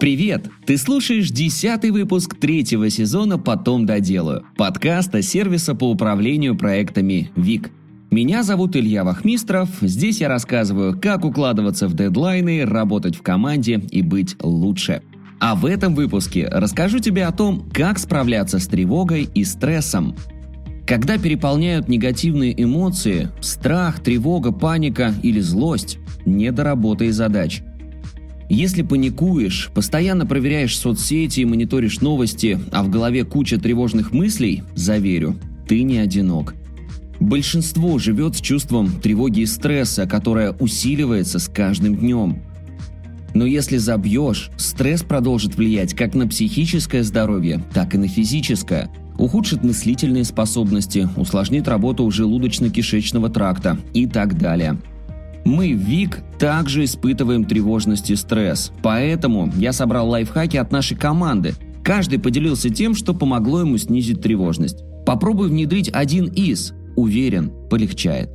Привет! Ты слушаешь 10-й выпуск 3-го сезона «Потом доделаю» подкаста сервиса по управлению проектами ВИК. Меня зовут Илья Вахмистров, здесь я рассказываю, как укладываться в дедлайны, работать в команде и быть лучше. А в этом выпуске расскажу тебе о том, как справляться с тревогой и стрессом. Когда переполняют негативные эмоции, страх, тревога, паника или злость, не до работы и задач. Если паникуешь, постоянно проверяешь соцсети и мониторишь новости, а в голове куча тревожных мыслей, заверю, ты не одинок. Большинство живет с чувством тревоги и стресса, которое усиливается с каждым днем. Но если забьешь, стресс продолжит влиять как на психическое здоровье, так и на физическое. Ухудшит мыслительные способности, усложнит работу желудочно-кишечного тракта и так далее. Мы в ВИК также испытываем тревожность и стресс, поэтому я собрал лайфхаки от нашей команды. Каждый поделился тем, что помогло ему снизить тревожность. Попробуй внедрить один из, уверен, полегчает.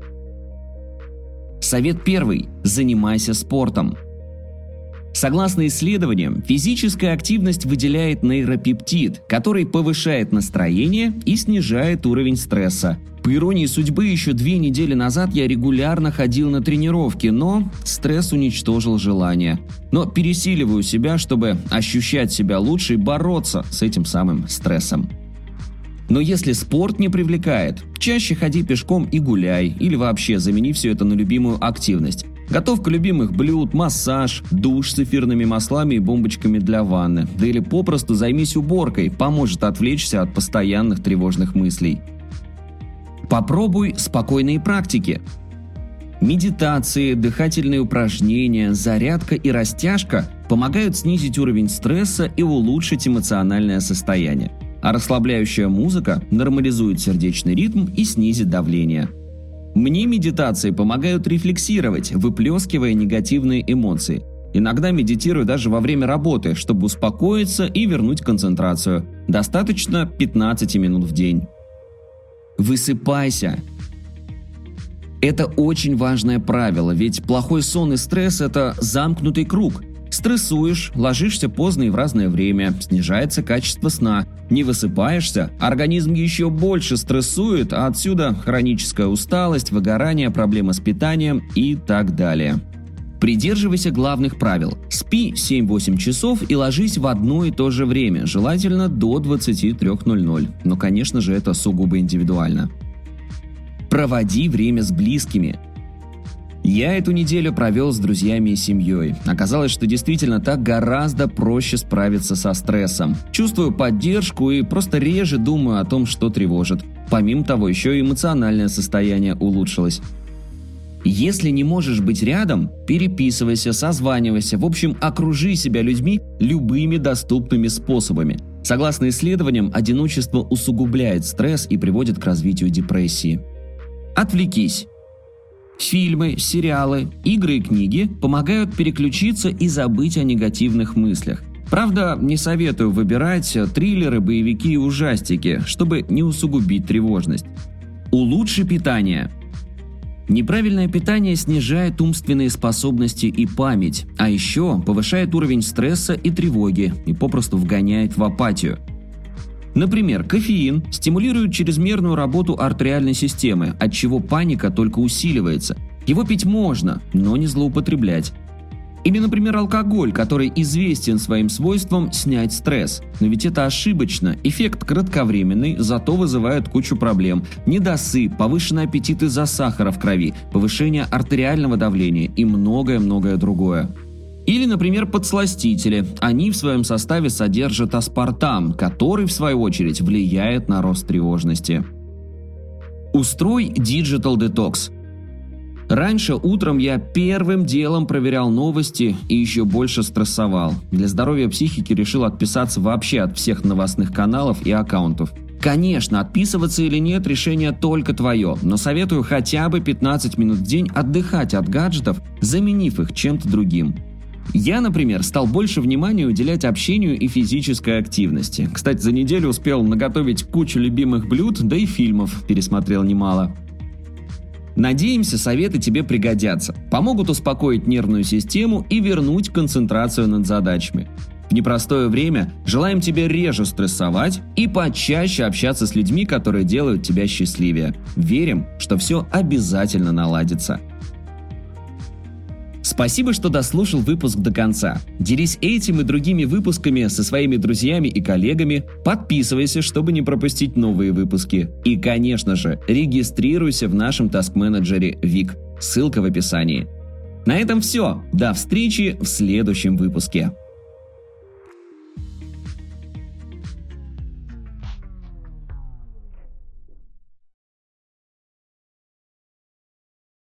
Совет первый. Занимайся спортом. Согласно исследованиям, физическая активность выделяет нейропептид, который повышает настроение и снижает уровень стресса. По иронии судьбы, еще 2 недели назад я регулярно ходил на тренировки, но стресс уничтожил желание. Но пересиливаю себя, чтобы ощущать себя лучше и бороться с этим самым стрессом. Но если спорт не привлекает, чаще ходи пешком и гуляй, или вообще замени все это на любимую активность. Готовка любимых блюд, массаж, душ с эфирными маслами и бомбочками для ванны. Да или попросту займись уборкой, поможет отвлечься от постоянных тревожных мыслей. Попробуй спокойные практики. Медитации, дыхательные упражнения, зарядка и растяжка помогают снизить уровень стресса и улучшить эмоциональное состояние. А расслабляющая музыка нормализует сердечный ритм и снизит давление. Мне медитации помогают рефлексировать, выплескивая негативные эмоции. Иногда медитирую даже во время работы, чтобы успокоиться и вернуть концентрацию. Достаточно 15 минут в день. Высыпайся. Это очень важное правило, ведь плохой сон и стресс – это замкнутый круг. Стрессуешь, ложишься поздно и в разное время, снижается качество сна. Не высыпаешься, организм еще больше стрессует, а отсюда хроническая усталость, выгорание, проблемы с питанием и так далее. Придерживайся главных правил. Спи 7-8 часов и ложись в одно и то же время, желательно до 23:00. Но, конечно же, это сугубо индивидуально. Проводи время с близкими. Я эту неделю провел с друзьями и семьей. Оказалось, что действительно так гораздо проще справиться со стрессом. Чувствую поддержку и просто реже думаю о том, что тревожит. Помимо того, еще и эмоциональное состояние улучшилось. Если не можешь быть рядом, переписывайся, созванивайся, в общем, окружи себя людьми любыми доступными способами. Согласно исследованиям, одиночество усугубляет стресс и приводит к развитию депрессии. Отвлекись. Фильмы, сериалы, игры и книги помогают переключиться и забыть о негативных мыслях. Правда, не советую выбирать триллеры, боевики и ужастики, чтобы не усугубить тревожность. Улучши питание. Неправильное питание снижает умственные способности и память, а еще повышает уровень стресса и тревоги и попросту вгоняет в апатию. Например, кофеин стимулирует чрезмерную работу артериальной системы, отчего паника только усиливается. Его пить можно, но не злоупотреблять. Или, например, алкоголь, который известен своим свойством снять стресс. Но ведь это ошибочно. Эффект кратковременный, зато вызывает кучу проблем. Недосып, повышенный аппетит из-за сахара в крови, повышение артериального давления и многое-многое другое. Или, например, подсластители. Они в своем составе содержат аспартам, который, в свою очередь, влияет на рост тревожности. Устрой Digital Detox. Раньше утром я первым делом проверял новости и еще больше стрессовал. Для здоровья психики решил отписаться вообще от всех новостных каналов и аккаунтов. Конечно, отписываться или нет – решение только твое, но советую хотя бы 15 минут в день отдыхать от гаджетов, заменив их чем-то другим. Я, например, стал больше внимания уделять общению и физической активности. Кстати, за неделю успел наготовить кучу любимых блюд, да и фильмов пересмотрел немало. Надеемся, советы тебе пригодятся, помогут успокоить нервную систему и вернуть концентрацию над задачами. В непростое время желаем тебе реже стрессовать и почаще общаться с людьми, которые делают тебя счастливее. Верим, что все обязательно наладится. Спасибо, что дослушал выпуск до конца. Делись этим и другими выпусками со своими друзьями и коллегами, подписывайся, чтобы не пропустить новые выпуски. И, конечно же, регистрируйся в нашем таск-менеджере Вик. Ссылка в описании. На этом все. До встречи в следующем выпуске.